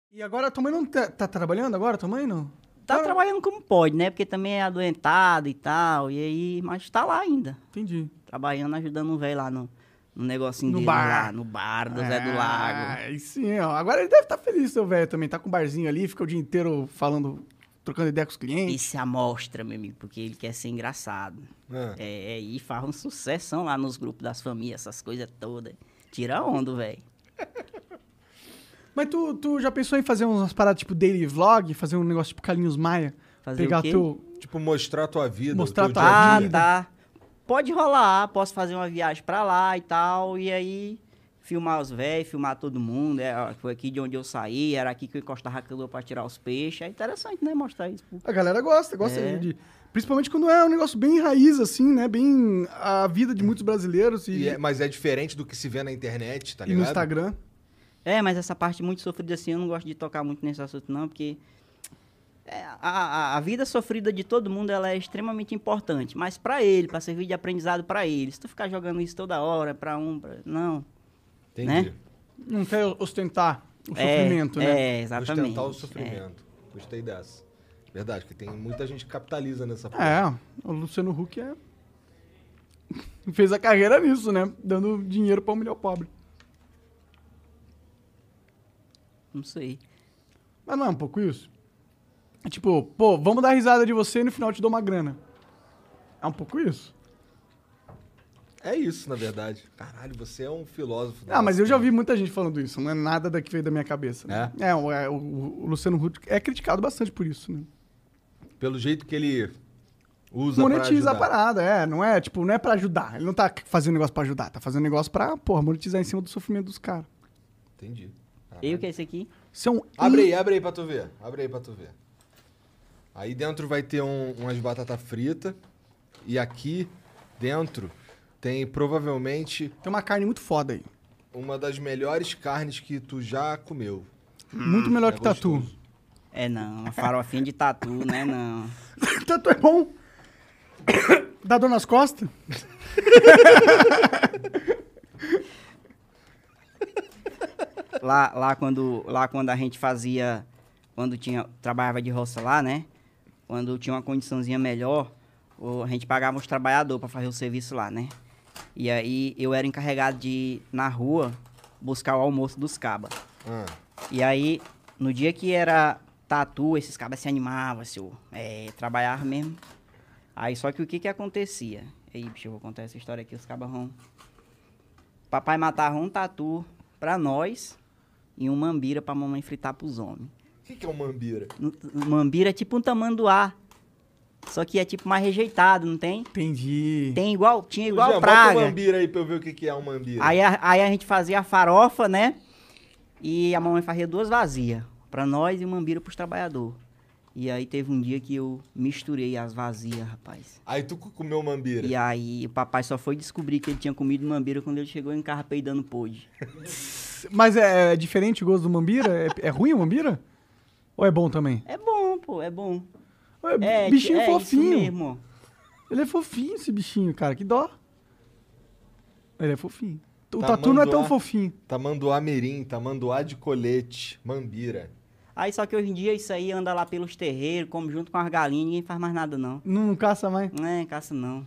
E agora tua mãe não tá trabalhando agora, tua mãe não? Tá Agora- trabalhando como pode, né? Porque também é adoentado e tal. E aí, mas tá lá ainda. Entendi. Trabalhando, ajudando um velho lá no negocinho No dele bar. lá, no bar do Zé do Lago. Aí sim, ó. Agora ele deve estar feliz, seu velho, também. Tá com um barzinho ali, fica o dia inteiro falando, trocando ideia com os clientes. E se amostra, meu amigo, porque ele quer ser engraçado. E faz um sucessão lá nos grupos das famílias, essas coisas todas. Tira onda, velho. Mas tu já pensou em fazer umas paradas tipo daily vlog? Fazer um negócio tipo Carlinhos Maia? Fazer Pegar o quê? teu... Tipo, mostrar a tua vida, Mostrar o teu tua dia a Ah, dia. tá. Pode rolar, posso fazer uma viagem pra lá e tal, e aí filmar os velhos, filmar todo mundo. Foi aqui de onde eu saí, era aqui que eu encostava a canoa pra tirar os peixes. É interessante, né, mostrar isso. A galera gosta É. de... Principalmente quando é um negócio bem raiz, assim, né? Bem a vida de muitos brasileiros Mas é diferente do que se vê na internet, tá e ligado? no Instagram. Mas essa parte muito sofrida assim, eu não gosto de tocar muito nesse assunto não, porque a vida sofrida de todo mundo, ela é extremamente importante. Mas pra ele, pra servir de aprendizado pra ele. Se tu ficar jogando isso toda hora, não. Entendi. né? Não quer ostentar o sofrimento, né? Exatamente. Ostentar o sofrimento. Gostei dessa. Verdade, porque tem muita gente que capitaliza nessa O Luciano Huck fez a carreira nisso, né? Dando dinheiro pra humilhar o pobre. Não sei. Mas não é um pouco isso? É tipo, pô, vamos dar risada de você e no final eu te dou uma grana. É um pouco isso? É isso, na verdade. Caralho, você é um filósofo. Ah, mas eu já ouvi muita gente falando isso. Não é nada que veio da minha cabeça. Né? O Luciano Huck é criticado bastante por isso, né? Pelo jeito que ele usa Monetiza a pra ajudar. parada, não é, tipo, não é pra ajudar. Ele não tá fazendo negócio pra ajudar, tá fazendo negócio pra, porra, monetizar em cima do sofrimento dos caras. Entendi. E o que é esse aqui? Isso é um... Abre aí pra tu ver. Abre aí pra tu ver. Aí dentro vai ter umas batatas fritas. E aqui dentro tem provavelmente Tem uma carne muito foda aí. uma das melhores carnes que tu já comeu. Muito melhor que tatu. gostoso. Não, uma farofinha de tatu, né, não. Tatu é bom. Dá dor nas costas? Lá quando a gente fazia, trabalhava de roça lá, né? Quando tinha uma condiçãozinha melhor, a gente pagava os trabalhadores para fazer o serviço lá, né? E aí eu era encarregado de ir na rua buscar o almoço dos cabas. Ah, E aí, no dia que era tatu, esses cabas se animavam, trabalhavam mesmo. Aí só que o que acontecia? Aí, bicho, eu vou contar essa história aqui, os cabas vão... Papai matava um tatu pra nós e um mambira pra mamãe fritar pros homens. o que é um mambira? Mambira é tipo um tamanduá, só que é tipo mais rejeitado, não tem? Entendi. Tinha Jean, igual bota o praga. mambira aí pra eu ver o que é um mambira. Aí a gente fazia a farofa, né? E a mamãe fazia 2 vazias, pra nós e o mambira pros trabalhadores. E aí teve um dia que eu misturei as vazias, rapaz. Aí tu comeu mambira. E aí o papai só foi descobrir que ele tinha comido mambira quando ele chegou em casa peidando podre. Mas é diferente o gosto do mambira? É ruim o mambira? Ou é bom também? É bom, pô, é bom. Bichinho Isso fofinho. mesmo, ó. Ele é fofinho, esse bichinho, cara. Que dó. Ele é fofinho. O tatu não é tão fofinho. Tamanduá mirim, tamanduá de colete, mambira. Aí só que hoje em dia isso aí anda lá pelos terreiros, come junto com as galinhas, ninguém faz mais nada não. Não caça mais. Não é caça não.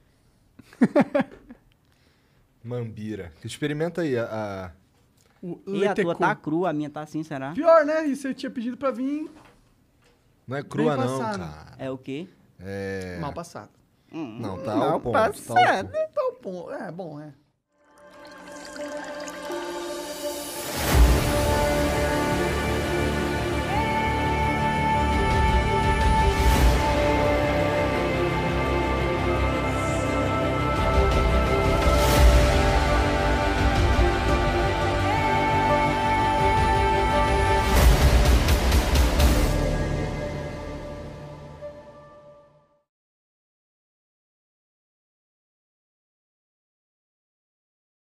Mambira. Experimenta aí O E a tua letecu. tá crua, a minha tá assim, será? Pior, né? E você tinha pedido pra vir Não é crua Bem não, passado. cara. É o quê? É... mal passado. Não, tá Mal ao ponto. Tá ao passado. ponto. Tá bom. É, bom, é.